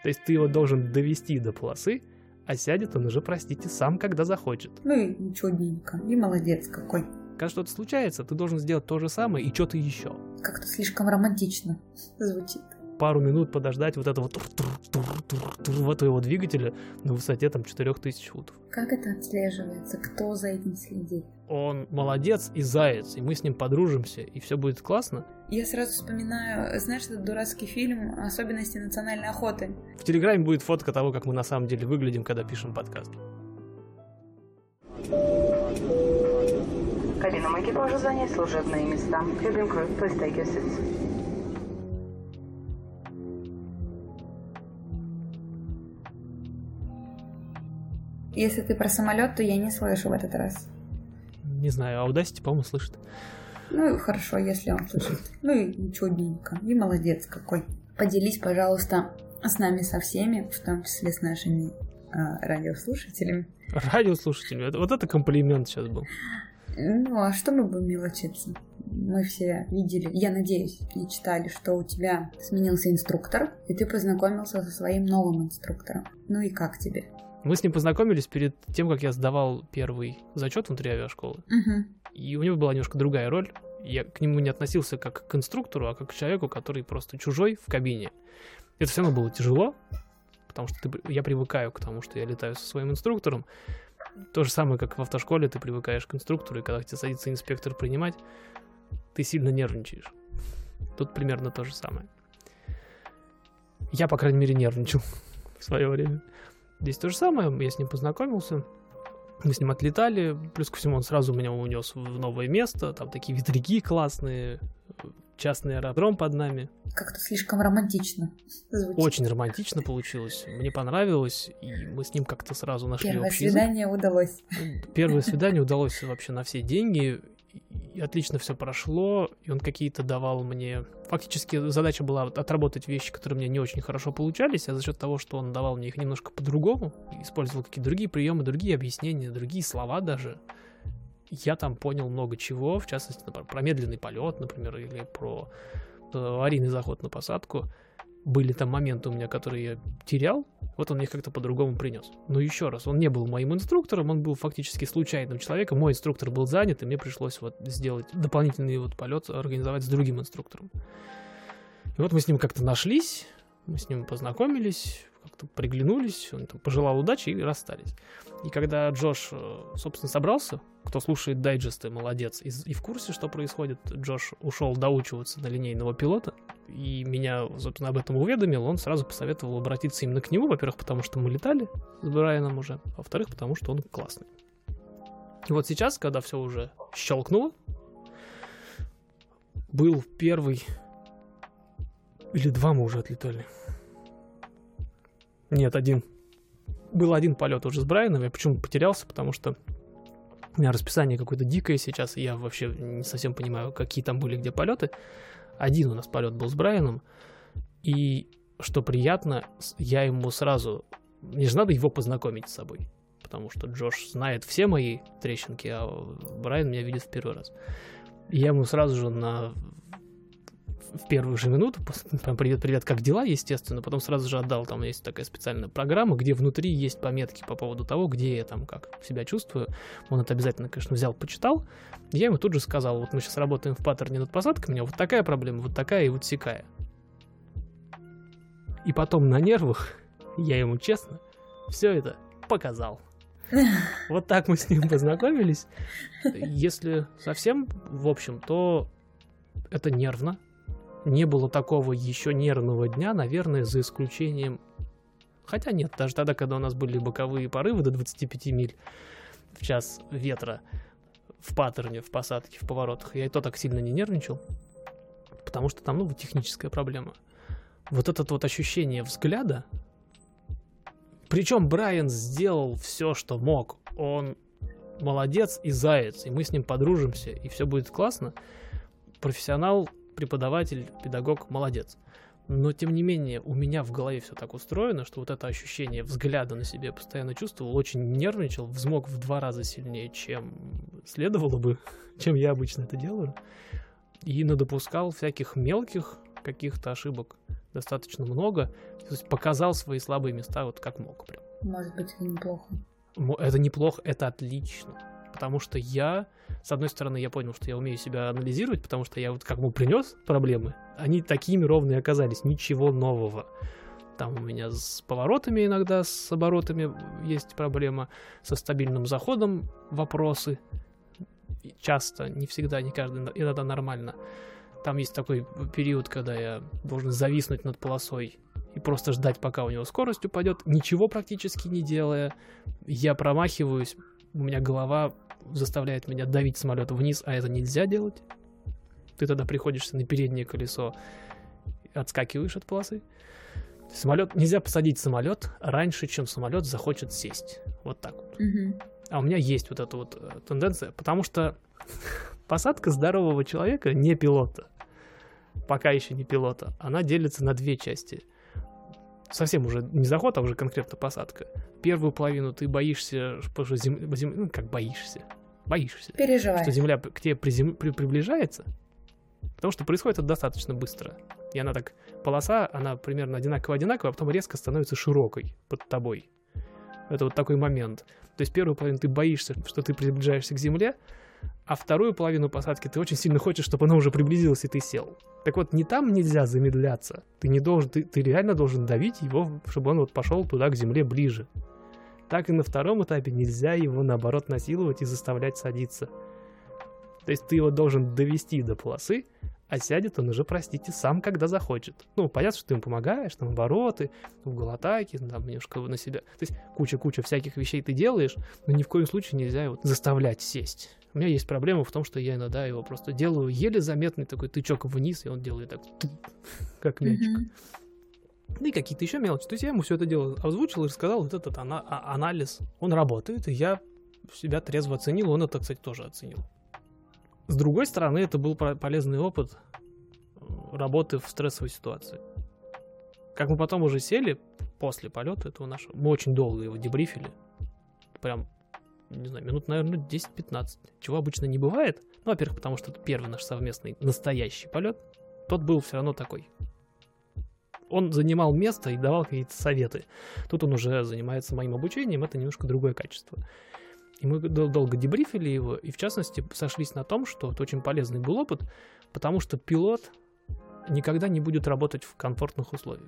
То есть ты его должен довести до полосы, а сядет он уже, простите, сам, когда захочет. Ну и чудненько, и молодец какой. Когда что-то случается, ты должен сделать то же самое и что-то еще. Как-то слишком романтично звучит. Пару минут подождать вот этого вот твоего двигателя на высоте там 4000 футов. Как это отслеживается? Кто за этим следит? Он молодец и заяц, и мы с ним подружимся, и все будет классно. Я сразу вспоминаю, знаешь, этот дурацкий фильм «Особенности национальной охоты». В Телеграме будет фотка того, как мы на самом деле выглядим, когда пишем подкаст. Кабинам экипажа занять служебные места. Cabin crew, please take your seats. Если ты про самолет, то я не слышу в этот раз. Не знаю, Audacity, по-моему, слышит. Ну, хорошо, если он слышит. Ну и чудненько, и молодец какой. Поделись, пожалуйста, с нами со всеми, в том числе с нашими радиослушателями. Радиослушателями? Вот это комплимент сейчас был. Ну, а что мы будем мелочиться? Мы все видели, я надеюсь, и читали, что у тебя сменился инструктор, и ты познакомился со своим новым инструктором. Ну и как тебе? Мы с ним познакомились перед тем, как я сдавал первый зачет внутри авиашколы. Угу. И у него была немножко другая роль. Я к нему не относился как к инструктору, а как к человеку, который просто чужой в кабине. Это все равно было тяжело, потому что я привыкаю к тому, что я летаю со своим инструктором. То же самое, как в автошколе, ты привыкаешь к инструктору, и когда к тебе садится инспектор принимать, ты сильно нервничаешь. Тут примерно то же самое. Я, по крайней мере, нервничал в свое время. Здесь то же самое, я с ним познакомился, мы с ним отлетали, плюс ко всему он сразу меня унес в новое место, там такие ветряки классные, частный аэродром под нами. Как-то слишком романтично звучит. Очень романтично получилось, мне понравилось, и мы с ним как-то сразу нашли общий язык. Первое свидание удалось. Первое свидание удалось вообще на все деньги, и отлично все прошло, и он какие-то давал мне... Фактически задача была отработать вещи, которые мне не очень хорошо получались, а за счет того, что он давал мне их немножко по-другому, использовал какие-то другие приемы, другие объяснения, другие слова даже, я там понял много чего, в частности, например, про медленный полет, например, или про аварийный заход на посадку. Были там моменты у меня, которые я терял, вот он их как-то по-другому принес. Но еще раз, он не был моим инструктором, он был фактически случайным человеком, мой инструктор был занят, и мне пришлось вот сделать дополнительный вот полет, организовать с другим инструктором. И вот мы с ним как-то нашлись, мы с ним познакомились, как-то приглянулись, он там пожелал удачи и расстались. И когда Джош, собственно, собрался, кто слушает дайджесты, молодец, и в курсе, что происходит, Джош ушел доучиваться на линейного пилота, и меня, собственно, об этом уведомил, он сразу посоветовал обратиться именно к нему, во-первых, потому что мы летали с Брайаном уже, а во-вторых, потому что он классный. И вот сейчас, когда все уже щелкнуло, был первый, или два мы уже отлетали. Нет, один. Был один полет уже с Брайаном, я почему потерялся, потому что у меня расписание какое-то дикое сейчас, и я вообще не совсем понимаю, какие там были где полеты. Один у нас полет был с Брайаном, и, что приятно, я ему сразу... Мне же надо его познакомить с собой, потому что Джош знает все мои трещинки, а Брайан меня видит в первый раз. И я ему сразу же в первую же минуту, прям привет, как дела, естественно, потом сразу же отдал, там есть такая специальная программа, где внутри есть пометки по поводу того, где я там как себя чувствую. Он это обязательно, конечно, взял, почитал. Я ему тут же сказал, вот мы сейчас работаем в паттерне над посадкой, у меня вот такая проблема, вот такая и вот сякая. И потом на нервах я ему честно все это показал. Вот так мы с ним познакомились. Если совсем в общем, то это нервно. Не было такого еще нервного дня, наверное, за исключением... Хотя нет, даже тогда, когда у нас были боковые порывы до 25 миль в час ветра в паттерне, в посадке, в поворотах, я и то так сильно не нервничал, потому что там, техническая проблема. Вот это вот ощущение взгляда... Причем Брайан сделал все, что мог. Он молодец и заяц, и мы с ним подружимся, и все будет классно. Профессионал, преподаватель, педагог, молодец. Но, тем не менее, у меня в голове все так устроено, что вот это ощущение взгляда на себя я постоянно чувствовал, очень нервничал, взмок в 2 раза сильнее, чем следовало бы, чем я обычно это делаю. И надопускал всяких мелких каких-то ошибок, достаточно много, то есть показал свои слабые места вот как мог прям. Может быть, это неплохо. Это неплохо, это отлично. Потому что я, с одной стороны, я понял, что я умею себя анализировать, потому что я вот как бы принес проблемы, они такими ровно и оказались, ничего нового. Там у меня с поворотами иногда, с оборотами есть проблема, со стабильным заходом вопросы. Часто, не всегда, не каждый, иногда нормально. Там есть такой период, когда я должен зависнуть над полосой и просто ждать, пока у него скорость упадет, ничего практически не делая. Я промахиваюсь, у меня голова заставляет меня давить самолет вниз, а это нельзя делать. Ты тогда приходишься на переднее колесо, отскакиваешь от полосы. Самолет, нельзя посадить самолет раньше, чем самолет захочет сесть. Вот так вот. А у меня есть вот эта вот тенденция, потому что посадка здорового человека, не пилота, пока еще не пилота, она делится на две части. Совсем уже не заход, а уже конкретно посадка. Первую половину ты боишься, что земля, как боишься? Переживаешь. Что земля к тебе приближается, потому что происходит это достаточно быстро. И она так, полоса, она примерно одинаковая, а потом резко становится широкой под тобой. Это вот такой момент. То есть первую половину ты боишься, что ты приближаешься к земле, а вторую половину посадки ты очень сильно хочешь, чтобы она уже приблизилась и ты сел. Так вот, не там нельзя замедляться. Ты не должен, ты реально должен давить его, чтобы он вот пошел туда к земле ближе. Так и на втором этапе нельзя его, наоборот, насиловать и заставлять садиться. То есть ты его должен довести до полосы, а сядет он уже, простите, сам, когда захочет. Ну, понятно, что ты ему помогаешь, там, обороты, угол атаки, там, немножко на себя. То есть куча всяких вещей ты делаешь, но ни в коем случае нельзя его заставлять сесть. У меня есть проблема в том, что я иногда его просто делаю еле заметный такой тычок вниз, и он делает так, как мячик. Ну и какие-то еще мелочи. То есть я ему все это дело озвучил и рассказал, вот этот анализ. Он работает, и я себя трезво оценил, он это, кстати, тоже оценил. С другой стороны, это был полезный опыт работы в стрессовой ситуации. Как мы потом уже сели, после полета этого нашего, мы очень долго его дебрифили. Прям, не знаю, минут, наверное, 10-15. Чего обычно не бывает. Ну, во-первых, потому что это первый наш совместный настоящий полет. Тот был все равно такой. Он занимал место и давал какие-то советы. Тут он уже занимается моим обучением, это немножко другое качество. И мы долго дебрифили его, и в частности сошлись на том, что это очень полезный был опыт, потому что пилот никогда не будет работать в комфортных условиях.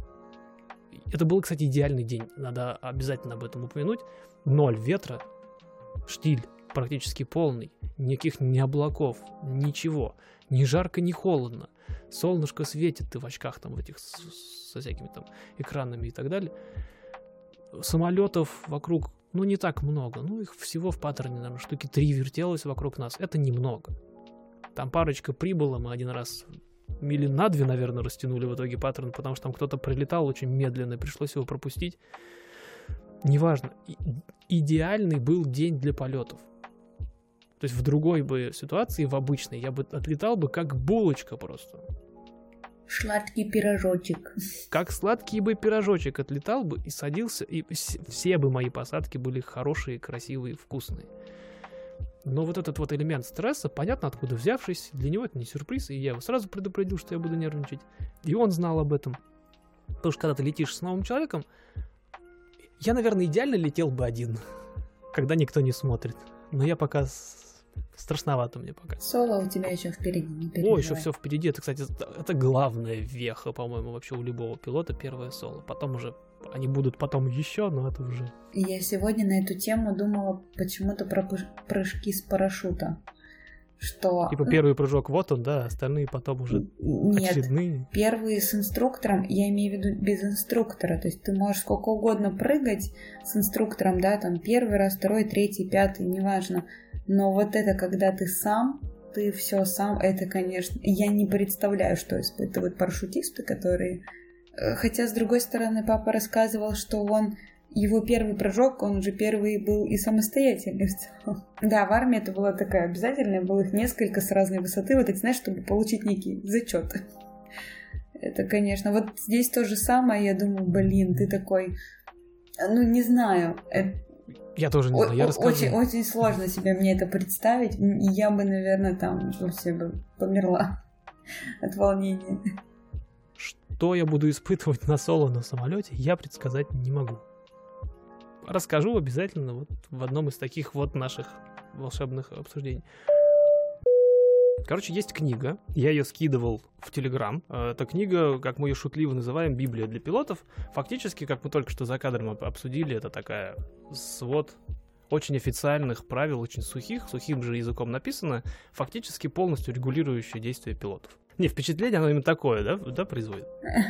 Это был, кстати, идеальный день, надо обязательно об этом упомянуть. 0 ветра, штиль практически полный, никаких ни облаков, ничего, ни жарко, ни холодно. Солнышко светит, ты в очках там в этих со всякими там экранами и так далее. Самолетов вокруг, ну, не так много. Ну, их всего в паттерне, наверное, штуки 3 вертелось вокруг нас. Это немного. Там парочка прибыла, мы один раз мили на 2, наверное, растянули в итоге паттерн, потому что там кто-то прилетал очень медленно, и пришлось его пропустить. Неважно. Идеальный был день для полетов. То есть в другой бы ситуации, в обычной, я бы отлетал бы как булочка просто. Сладкий пирожочек. Как сладкий бы пирожочек отлетал бы и садился, и все бы мои посадки были хорошие, красивые, вкусные. Но вот этот вот элемент стресса, понятно, откуда взявшись, для него это не сюрприз, и я его сразу предупредил, что я буду нервничать. И он знал об этом. Потому что когда ты летишь с новым человеком, я, наверное, идеально летел бы один, когда никто не смотрит. Но я пока... Страшновато мне пока. Соло у тебя еще впереди, не переживай. О, еще все впереди. Это, кстати, это главная веха, по-моему, вообще у любого пилота, первое соло. Потом уже, они будут потом еще, но это уже... Я сегодня на эту тему думала почему-то про прыжки с парашюта. Что... Типа первый прыжок, вот он, да, остальные потом уже очередные. Нет, первые с инструктором, я имею в виду без инструктора. То есть ты можешь сколько угодно прыгать с инструктором, да, там первый раз, второй, третий, пятый, неважно. Но вот это, когда ты сам, ты все сам, это, конечно... Я не представляю, что испытывают парашютисты, которые... Хотя, с другой стороны, папа рассказывал, что его первый прыжок, он уже первый был и самостоятельный в целом. Да, в армии это было такая обязательная, было их несколько с разной высоты, вот эти, знаешь, чтобы получить некий зачет. Это, конечно, вот здесь то же самое, я думаю, блин, ты такой... Ну, не знаю, я тоже не знаю, я расскажу. Очень сложно себе мне это представить. И я бы, наверное, там вообще бы померла от волнения. Что я буду испытывать на соло на самолете, я предсказать не могу. Расскажу обязательно вот в одном из таких вот наших волшебных обсуждений. Короче, есть книга, я ее скидывал в Телеграм. Эта книга, как мы ее шутливо называем, Библия для пилотов. Фактически, как мы только что за кадром обсудили, это такая свод очень официальных правил, очень сухим же языком написано, фактически полностью регулирующие действия пилотов. Не, впечатление оно именно такое, да, производит?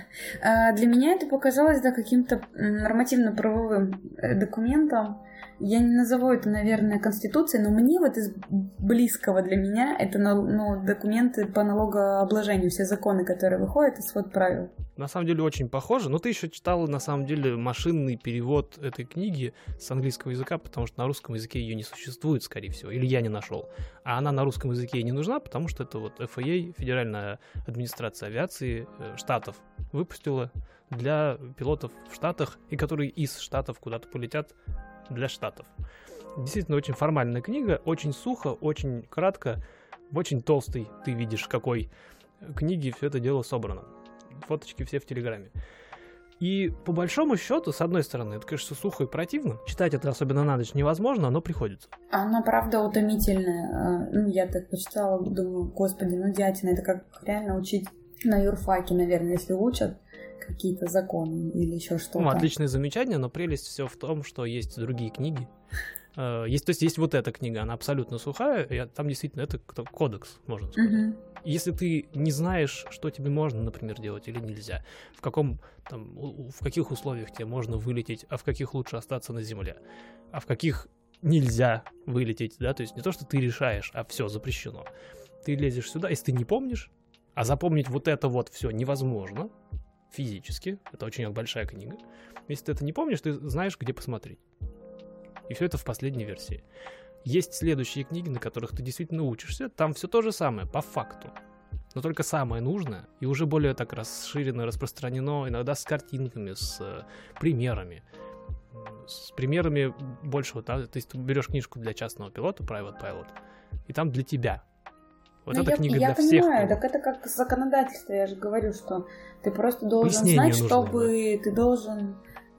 Для меня это показалось, да, каким-то нормативно-правовым документом. Я не назову это, наверное, конституцией, но мне вот из близкого для меня это документы по налогообложению, все законы, которые выходят, и свод правил. На самом деле очень похоже, но ты еще читала, на самом деле, машинный перевод этой книги с английского языка, потому что на русском языке ее не существует, скорее всего, или я не нашел. А она на русском языке не нужна, потому что это вот FAA, Федеральная администрация авиации штатов, выпустила для пилотов в Штатах, и которые из Штатов куда-то полетят для Штатов. Действительно, очень формальная книга, очень сухо, очень кратко, в очень толстой, ты видишь, в какой книге все это дело собрано. Фоточки все в Телеграме. И по большому счету, с одной стороны, это, конечно, сухо и противно. Читать это особенно на ночь невозможно, но приходится. Она, правда, утомительная. Я так почитала, думаю, господи, дятина, это как реально учить на юрфаке, наверное, если учат какие-то законы или еще что-то. Отличное замечание, но прелесть все в том, что есть другие книги. То есть вот эта книга, она абсолютно сухая, там действительно это кодекс, можно сказать. Если ты не знаешь, что тебе можно, например, делать или нельзя, в каких условиях тебе можно вылететь, а в каких лучше остаться на земле, а в каких нельзя вылететь, да, то есть не то, что ты решаешь, а все запрещено. Ты лезешь сюда, если ты не помнишь, а запомнить вот это вот все невозможно физически, это очень большая книга. Если ты это не помнишь, ты знаешь, где посмотреть. И все это в последней версии. Есть следующие книги, на которых ты действительно учишься. Там все то же самое, по факту. Но только самое нужное, и уже более так расширено, распространено, иногда с картинками, с примерами. С примерами большего. То есть ты берешь книжку для частного пилота, Private Pilot, и там для тебя. Вот эта книга для всех. Я понимаю, так это как законодательство, я же говорю, что ты просто должен знать, чтобы ты должен...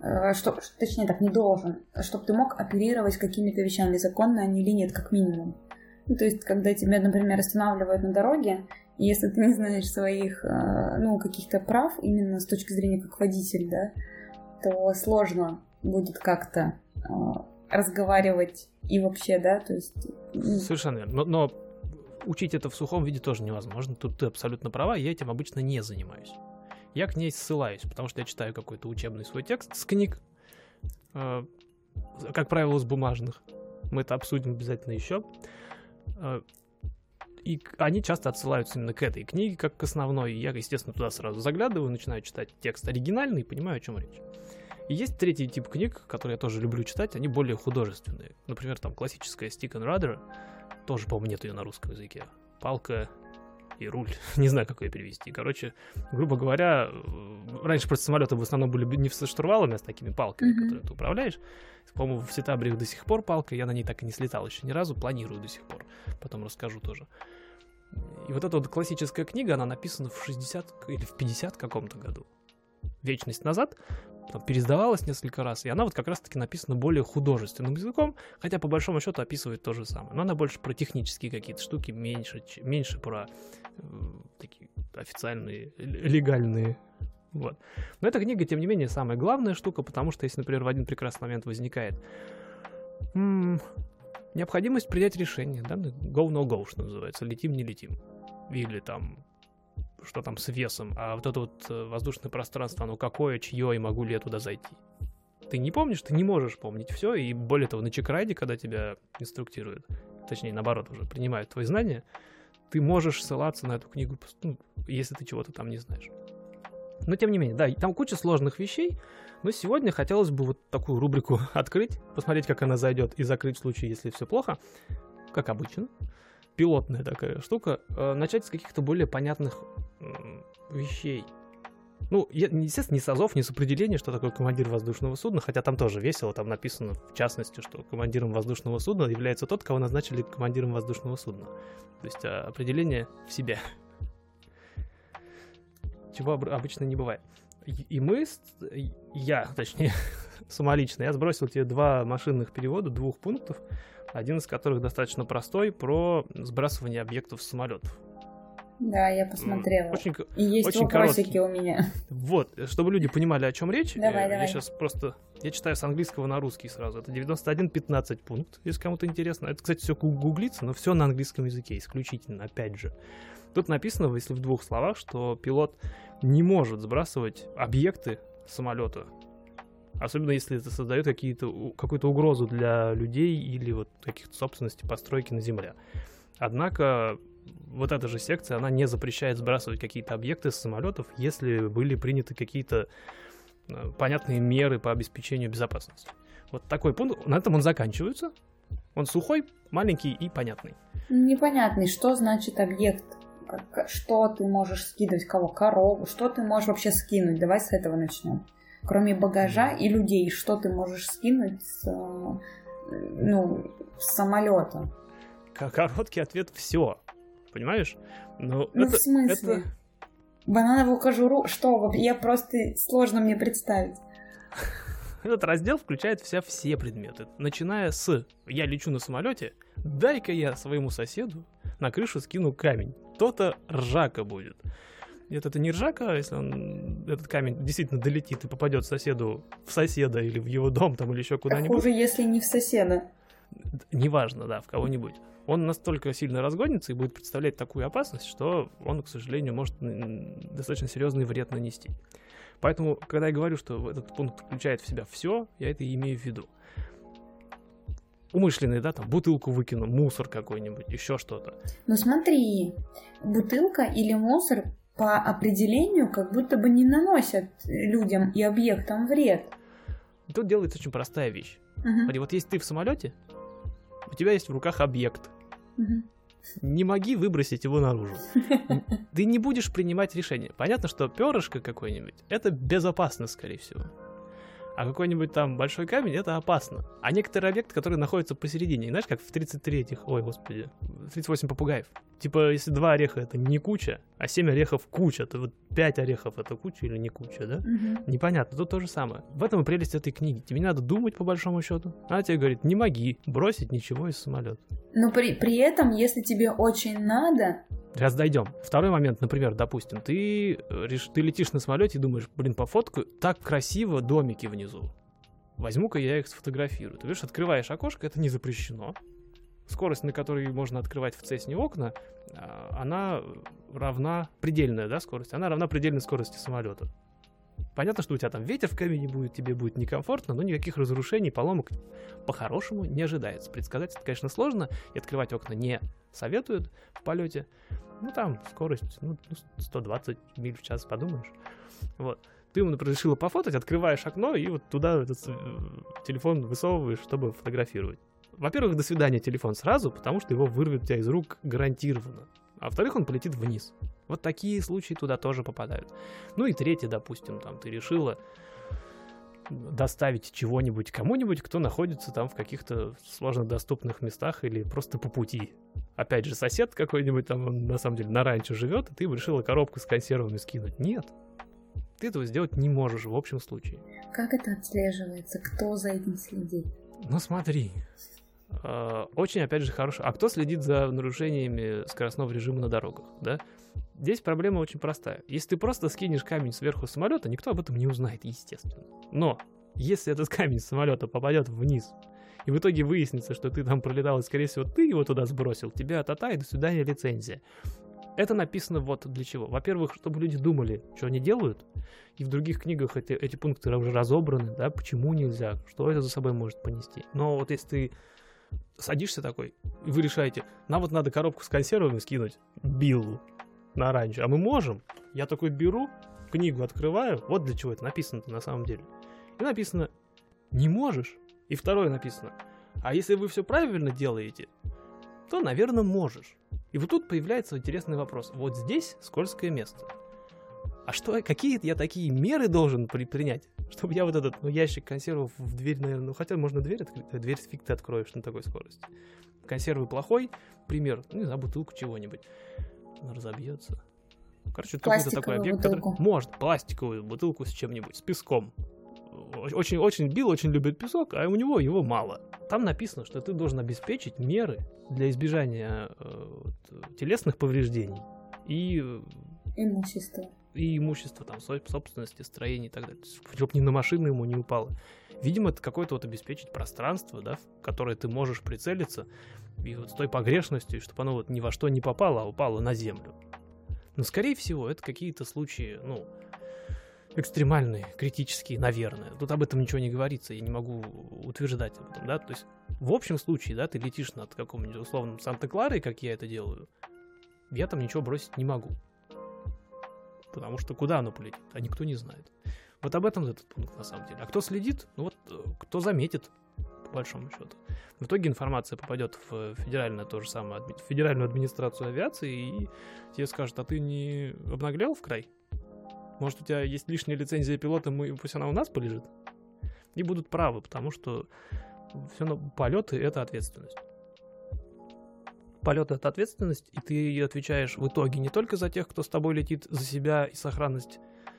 точнее так, не должен, чтобы ты мог оперировать какими-то вещами, законно они или нет, как минимум. То есть, когда тебя, например, останавливают на дороге, и если ты не знаешь своих, каких-то прав, именно с точки зрения как водитель, да, то сложно будет как-то разговаривать и вообще, да, то есть... Совершенно верно, но учить это в сухом виде тоже невозможно, тут ты абсолютно права, я этим обычно не занимаюсь. Я к ней ссылаюсь, потому что я читаю какой-то учебный свой текст с книг, как правило, с бумажных. Мы это обсудим обязательно еще. И они часто отсылаются именно к этой книге, как к основной. Я, естественно, туда сразу заглядываю, начинаю читать текст оригинальный и понимаю, о чем речь. И есть третий тип книг, которые я тоже люблю читать, они более художественные. Например, там классическая Stick and Rudder, тоже, по-моему, нет ее на русском языке. Палка и руль. Не знаю, как ее перевести. Короче, грубо говоря, раньше просто самолеты в основном были не со штурвалами, а с такими палками, которые ты управляешь. По-моему, в Сетабре до сих пор палка, я на ней так и не слетал еще ни разу, планирую до сих пор. Потом расскажу тоже. И вот эта вот классическая книга, она написана в 60 или в 50 каком-то году. Вечность назад. Там переиздавалась несколько раз, и она вот как раз-таки написана более художественным языком, хотя по большому счету описывает то же самое. Но она больше про технические какие-то штуки, меньше про такие официальные, легальные. Вот. Но эта книга, тем не менее, самая главная штука, потому что если, например, в один прекрасный момент возникает необходимость принять решение, да, go, no go, что называется, летим, не летим, или там что там с весом, а вот это вот воздушное пространство, оно какое, чье, и могу ли я туда зайти. Ты не помнишь, ты не можешь помнить все, и более того, на чекрайде, когда тебя инструктируют, точнее, наоборот, уже принимают твои знания, ты можешь ссылаться на эту книгу, если ты чего-то там не знаешь. Но, тем не менее, да, там куча сложных вещей, но сегодня хотелось бы вот такую рубрику открыть, посмотреть, как она зайдет, и закрыть в случае, если все плохо, как обычно. Пилотная такая штука, начать с каких-то более понятных вещей. Естественно, не с азов, не с определения, что такое командир воздушного судна, хотя там тоже весело, там написано в частности, что командиром воздушного судна является тот, кого назначили командиром воздушного судна. То есть определение в себе. чего обычно не бывает. Я самолично, я сбросил тебе 2 машинных перевода 2 пунктов, один из которых достаточно простой, про сбрасывание объектов с самолетов. Да, я посмотрела. И есть очень вопросики короткий. У меня. Вот, чтобы люди понимали, о чем речь, давай. Я сейчас я читаю с английского на русский сразу. Это 91.15 пункт, если кому-то интересно. Это, кстати, все гуглится, но все на английском языке, исключительно, опять же. Тут написано, если в 2 словах, что пилот не может сбрасывать объекты самолета, особенно если это создает какую-то угрозу для людей или вот каких-то собственностей постройки на земле. Однако вот эта же секция, она не запрещает сбрасывать какие-то объекты с самолетов, если были приняты какие-то понятные меры по обеспечению безопасности. Вот такой пункт, на этом он заканчивается. Он сухой, маленький и понятный. Непонятный, что значит объект? Что ты можешь скидывать? Кого? Корову? Что ты можешь вообще скинуть? Давай с этого начнем. Кроме багажа и людей, что ты можешь скинуть с самолета? Короткий ответ — все. Понимаешь? В смысле? Банановую кожуру? Что? Я просто... Сложно мне представить. Этот раздел включает все предметы. Начиная с «я лечу на самолете», дай-ка я своему соседу на крышу скину камень. То-то ржака будет. Нет, это не ржака, если этот камень действительно долетит и попадет в соседа или в его дом там, или еще куда-нибудь. Хуже, если не в соседа. Неважно, да, в кого-нибудь. Он настолько сильно разгонится и будет представлять такую опасность, что он, к сожалению, может достаточно серьезный вред нанести. Поэтому, когда я говорю, что этот пункт включает в себя все, я это и имею в виду. Умышленный, да, там, бутылку выкину, мусор какой-нибудь, еще что-то. Ну смотри, бутылка или мусор по определению как будто бы не наносят людям и объектам вред. Тут делается очень простая вещь. Смотри, вот если ты в самолете, у тебя есть в руках объект. Не моги выбросить его наружу. Ты не будешь принимать решение. Понятно, что перышко какое-нибудь — это безопасно, скорее всего. А какой-нибудь там большой камень — это опасно. А некоторые объекты, которые находятся посередине, знаешь, как в 38 попугаев. Типа, если 2 ореха — это не куча, а 7 орехов — куча, то вот 5 орехов — это куча или не куча, да? Непонятно, тут то же самое. В этом и прелесть этой книги. Тебе не надо думать, по большому счету. Она тебе говорит: не моги бросить ничего из самолета. Но при этом, если тебе очень надо... Сейчас дойдем. Второй момент, например, допустим, ты летишь на самолете и думаешь: блин, пофоткаю, так красиво домики внизу. Возьму-ка я их сфотографирую. Ты видишь, открываешь окошко, это не запрещено. Скорость, на которой можно открывать в Цесне окна, она равна, предельная, да, скорость, она равна предельной скорости самолета. Понятно, что у тебя там ветер в кабине будет, тебе будет некомфортно, но никаких разрушений, поломок по-хорошему не ожидается. Предсказать это, конечно, сложно, и открывать окна не советуют в полете. Ну, там скорость, 120 миль в час, подумаешь. Вот. Ты ему решила пофотать, открываешь окно, и вот туда этот телефон высовываешь, чтобы фотографировать. Во-первых, до свидания телефон сразу, потому что его вырвет у тебя из рук гарантированно. А во-вторых, он полетит вниз. Вот такие случаи туда тоже попадают. Ну и третье, допустим, там ты решила доставить чего-нибудь кому-нибудь, кто находится там в каких-то сложно доступных местах или просто по пути. Опять же, сосед какой-нибудь там, он на самом деле на ранчо живет, и ты решила коробку с консервами скинуть. Нет. Ты этого сделать не можешь в общем случае. Как это отслеживается? Кто за этим следит? Ну смотри. Очень, опять же, хорошо. А кто следит за нарушениями скоростного режима на дорогах, да? Здесь проблема очень простая. Если ты просто скинешь камень сверху самолета, никто об этом не узнает, естественно. Но если этот камень с самолета попадет вниз, и в итоге выяснится, что ты там пролетал, и, скорее всего, ты его туда сбросил, тебя та-та, и до свидания лицензия. Это написано вот для чего. Во-первых, чтобы люди думали, что они делают, и в других книгах эти пункты уже разобраны, да, почему нельзя, что это за собой может понести. Но вот если ты садишься такой, и вы решаете: нам вот надо коробку с консервами скинуть Биллу на ранчо, а мы можем. Я такой беру, книгу открываю, вот для чего это написано-то на самом деле. И написано: не можешь. И второе написано: а если вы все правильно делаете, то, наверное, можешь. И вот тут появляется интересный вопрос. Вот здесь скользкое место. А какие я такие меры должен принять, чтобы я вот этот ящик консервов в дверь, наверное, хотя можно дверь открыть, дверь фиг ты откроешь на такой скорости. Консервы плохой пример, не знаю, бутылку чего-нибудь. Она разобьется. Короче, это какой-то такой объект, который... Может, пластиковую бутылку с чем-нибудь, с песком. Очень бил, очень любит песок, а у него его мало. Там написано, что ты должен обеспечить меры для избежания телесных повреждений и имущество, там, собственности, строений и так далее. Чтобы ни на машину ему не упало. Видимо, это какое-то вот обеспечить пространство, да, в которое ты можешь прицелиться, и вот с той погрешностью, чтобы оно вот ни во что не попало, а упало на землю. Но, скорее всего, это какие-то случаи, ну, экстремальные, критические, наверное. Тут об этом ничего не говорится, я не могу утверждать об этом, да. То есть, в общем случае, да, ты летишь над каком-нибудь условным Санта-Кларой, как я это делаю, я там ничего бросить не могу. Потому что куда оно полетит, а никто не знает. Вот об этом этот пункт на самом деле. А кто следит, ну вот кто заметит, по большому счету. В итоге информация попадет в федеральную администрацию авиации, и тебе скажут, а ты не обнаглел в край? Может, у тебя есть лишняя лицензия пилота, пусть она у нас полежит? И будут правы, потому что полеты — это ответственность. Полет — это ответственность, и ты отвечаешь в итоге не только за тех, кто с тобой летит, за себя и сохранность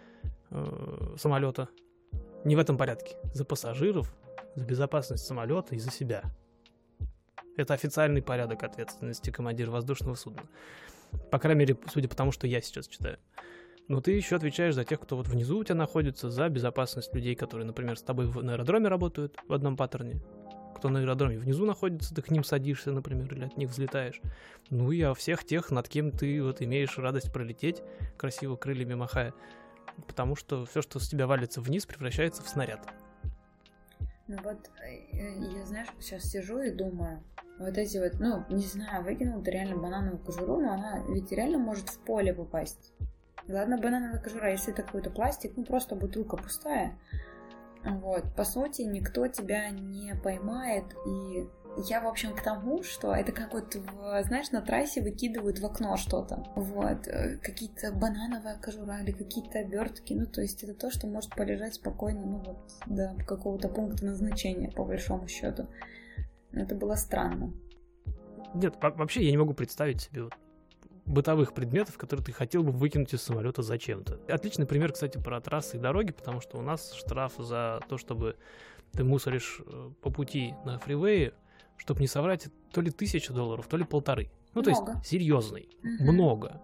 самолета. Не в этом порядке. За пассажиров, за безопасность самолета и за себя. Это официальный порядок ответственности командира воздушного судна. По крайней мере, судя по тому, что я сейчас читаю. Но ты еще отвечаешь за тех, кто вот внизу у тебя находится, за безопасность людей, которые, например, с тобой на аэродроме работают в одном паттерне. Кто на аэродроме внизу находится, ты к ним садишься, например, или от них взлетаешь. Ну и о всех тех, над кем ты вот имеешь радость пролететь, красиво крыльями махая. Потому что все, что с тебя валится вниз, превращается в снаряд. Ну вот, я, знаешь, сейчас сижу и думаю, вот эти вот, ну, не знаю, выкинул ты реально банановую кожуру, но она ведь реально может в поле попасть. Ладно, банановая кожура, если это какой-то пластик, ну просто бутылка пустая. Вот, по сути, никто тебя не поймает, и я, в общем, к тому, что это как вот, знаешь, на трассе выкидывают в окно что-то. Вот, какие-то банановая кожура или какие-то обертки, ну, то есть это то, что может полежать спокойно, ну, вот, до какого-то пункта назначения, по большому счету. Это было странно. Нет, вообще я не могу представить себе вот бытовых предметов, которые ты хотел бы выкинуть из самолета зачем-то. Отличный пример, кстати, про трассы и дороги, потому что у нас штраф за то, чтобы ты мусоришь по пути на фривее, чтобы не соврать, то ли $1000, то ли $1500. Ну, то есть серьезный. Много.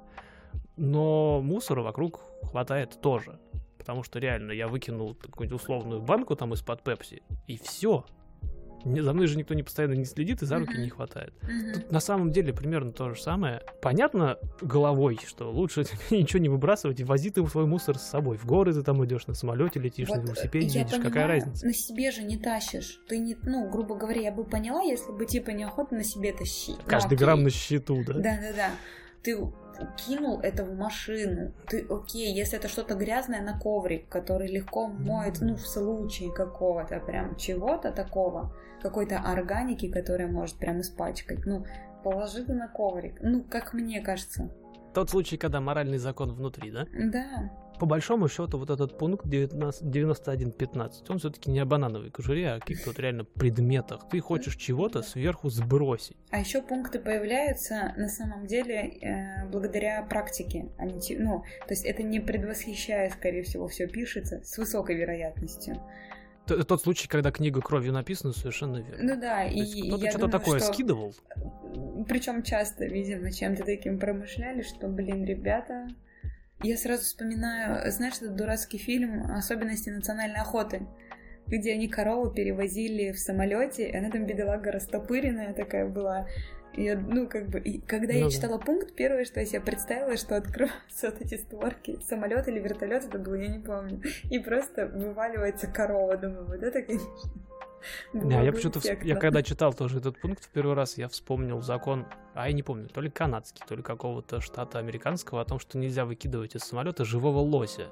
Но мусора вокруг хватает тоже. Потому что реально я выкинул какую-нибудь условную банку там из-под Пепси, и все. За мной же никто постоянно не следит, и за руки не хватает. Тут на самом деле примерно то же самое. Понятно головой, что лучше ничего не выбрасывать и вози ты свой мусор с собой. В горы ты там идешь, на самолете летишь, вот на велосипеде едешь, понимаю, какая разница? На себе же не тащишь. Ты не, ну, грубо говоря, я бы поняла, если бы типа неохота на себе тащить. Каждый грамм на счету, да? Да. Ты кинул это в машину. Ты, окей, если это что-то грязное, на коврик, который легко моет, ну, в случае какого-то прям чего-то такого, какой-то органики, которая может прям испачкать, ну, положи ты на коврик. Ну, как мне кажется. Тот случай, когда моральный закон внутри, да? Да. По большому счету, вот этот пункт 91.15, он все-таки не о банановой кожуре, а о каких-то вот реально предметах. Ты хочешь чего-то сверху сбросить. А еще пункты появляются на самом деле благодаря практике. Ну, то есть это не предвосхищая, скорее всего, все пишется с высокой вероятностью. Тот случай, когда книга кровью написана, совершенно верно. Ну да, и кто-то я что-то думаю, такое что... скидывал. Причем часто, видимо, чем-то таким промышляли, что, блин, ребята... Я сразу вспоминаю, знаешь, этот дурацкий фильм «Особенности национальной охоты», где они корову перевозили в самолете, и она там, бедолага, растопыренная такая была. И, ну, как бы, и когда я читала пункт, первое, что я себе представила, что открываются вот эти створки, самолет или вертолет, это было, я не помню, и просто вываливается корова. Думаю, вот это, конечно... Да, я почему-то, я когда читал тоже этот пункт в первый раз, я вспомнил закон, я не помню, то ли канадский, то ли какого-то штата американского, о том, что нельзя выкидывать из самолета живого лося.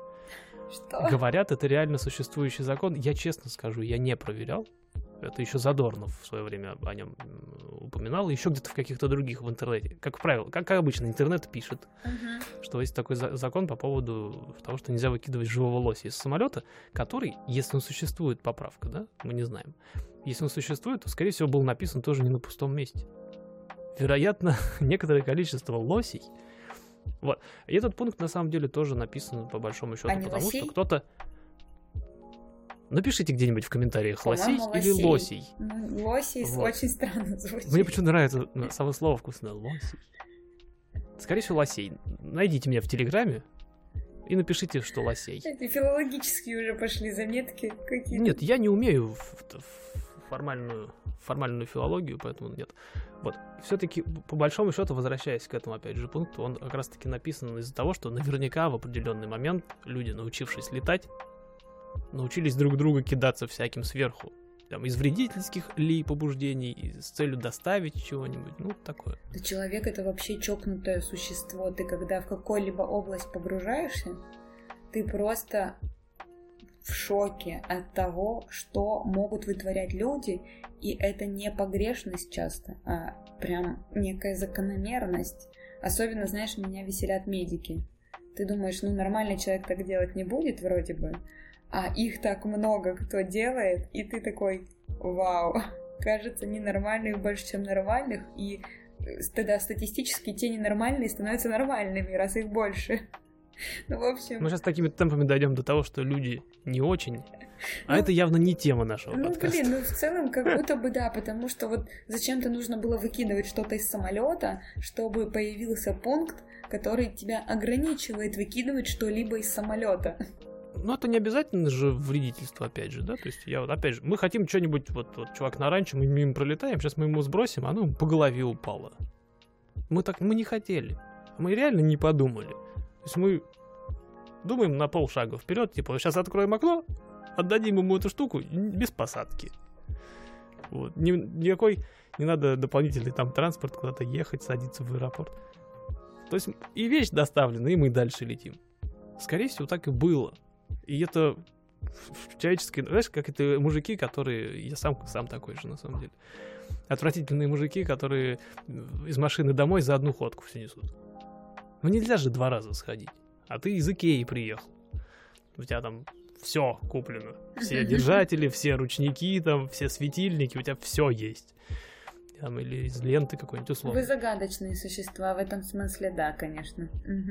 Что? Говорят, это реально существующий закон. Я честно скажу, я не проверял. Это еще Задорнов в свое время о нем упоминал, еще где-то в каких-то других в интернете. Как правило, как обычно, интернет пишет, что есть такой закон по поводу того, что нельзя выкидывать живого лося из самолета, который, если он существует, поправка, да, мы не знаем. Если он существует, то, скорее всего, был написан тоже не на пустом месте. Вероятно, некоторое количество лосей Вот. И этот пункт на самом деле тоже написан по большому счету, потому что кто-то... Напишите где-нибудь в комментариях, лосей или лосей. Ну, лосей очень странно звучит. Мне почему-то нравится само слово вкусное. Лосей. Скорее всего, лосей. Найдите меня в Телеграме и напишите, что лосей. Эти филологические уже пошли заметки какие-то. Нет, я не умею формальную филологию, поэтому нет. Вот. Все-таки, по большому счету, возвращаясь к этому, опять же, пункту, он как раз-таки написан из-за того, что наверняка в определенный момент люди, научившись летать, научились друг друга кидаться всяким сверху. Там, из вредительских ли побуждений, с целью доставить чего-нибудь, ну, такое. Да человек — это вообще чокнутое существо. Ты когда в какую-либо область погружаешься, ты просто в шоке от того, что могут вытворять люди, и это не погрешность часто, а прям некая закономерность. Особенно, знаешь, меня веселят медики. Ты думаешь, ну, нормальный человек так делать не будет вроде бы, а их так много кто делает, и ты такой, вау, кажется, ненормальных больше, чем нормальных, и тогда статистически те ненормальные становятся нормальными, раз их больше. Ну, в общем... Мы сейчас такими темпами дойдем до того, что люди не очень, а это явно не тема нашего подкаста. Ну, блин, в целом как будто бы да, потому что вот зачем-то нужно было выкидывать что-то из самолета, чтобы появился пункт, который тебя ограничивает выкидывать что-либо из самолета. Ну, это не обязательно же вредительство, опять же, да? То есть, опять же, мы хотим что-нибудь, вот чувак на ранчо, мы мимо пролетаем, сейчас мы ему сбросим, а оно ему по голове упало. Мы не хотели. Мы реально не подумали. То есть мы думаем на полшага вперед, типа, сейчас откроем окно, отдадим ему эту штуку без посадки. Вот. Никакой не надо дополнительный там транспорт, куда-то ехать, садиться в аэропорт. То есть и вещь доставлена, и мы дальше летим. Скорее всего, так и было. И это человеческое... Знаешь, как это мужики, которые... Я сам такой же, на самом деле. Отвратительные мужики, которые из машины домой за одну ходку все несут. Ну нельзя же 2 раза сходить. А ты из Икеи приехал. У тебя там все куплено. Все держатели, все ручники, там, все светильники, у тебя все есть. Там, или из ленты какой-нибудь условно. Вы загадочные существа, в этом смысле, да, конечно.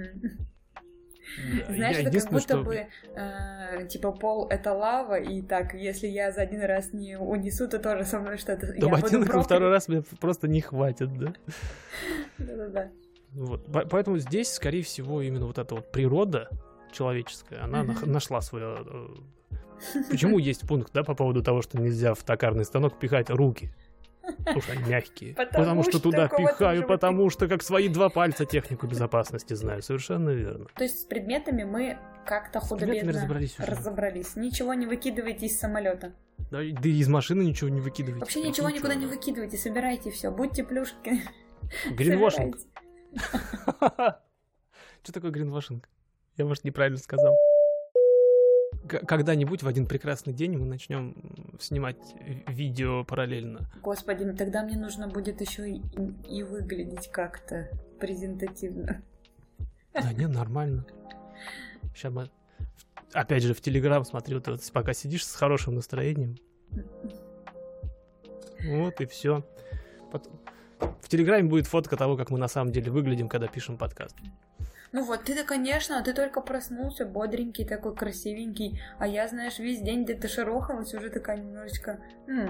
Да, знаешь, это как будто бы типа пол — это лава, и так, если я за один раз не унесу, то тоже со мной что-то... Да ботинок во 2 раз мне просто не хватит, да? Да-да-да. Вот. Поэтому здесь, скорее всего, именно вот эта вот природа человеческая, она нашла свое... Почему есть пункт, да, по поводу того, что нельзя в токарный станок пихать руки? Потому что они мягкие. Потому что туда пихаю, потому что как свои 2 пальца технику безопасности знаю. Совершенно верно. То есть с предметами мы как-то худо-бедно разобрались. Ничего не выкидывайте из самолета. Да и из машины ничего не выкидывайте. Вообще ничего никуда не выкидывайте, собирайте все. Будьте плюшки. Гринвошинг. Что такое гринвошинг? Я, может, неправильно сказал. Когда-нибудь в один прекрасный день мы начнем снимать видео параллельно. Господи, тогда мне нужно будет еще и выглядеть как-то презентативно. Да не, нормально. Сейчас мы... Опять же, в Телеграм смотри, вот пока сидишь с хорошим настроением. Вот и все. В Телеграме будет фотка того, как мы на самом деле выглядим, когда пишем подкаст. Ну вот, ты-то, конечно, ты только проснулся, бодренький, такой красивенький, а я, знаешь, весь день где-то шарохалась, уже такая немножечко...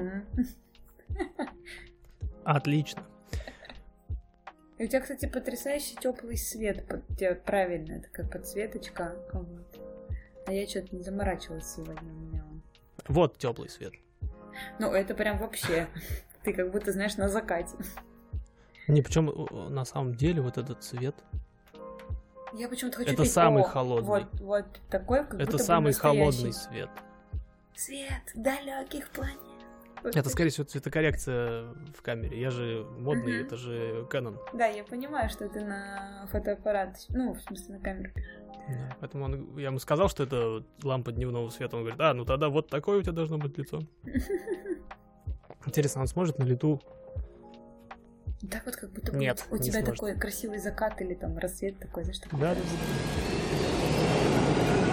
Отлично. И у тебя, кстати, потрясающий теплый свет, правильно, это как подсветочка, вот. А я что-то не заморачивалась сегодня у меня. Вот теплый свет. Ну, это прям вообще, ты как будто, знаешь, на закате. Не, причем на самом деле вот этот цвет... Я почему-то хочу это самый холодный. Вот такой, как это будто самый бы холодный свет. Свет далеких планет. Это, скорее всего, цветокоррекция в камере. Я же модный, это же Canon. Да, я понимаю, что ты на фотоаппарат, ну, в смысле, на камеру пишешь. Да, поэтому я ему сказал, что это лампа дневного света. Он говорит, ну тогда вот такое у тебя должно быть лицо. Интересно, он сможет на лету? Так вот, как будто бы нет, у тебя сможет. такой красивый закат или там рассвет такой, знаешь, такой. Да.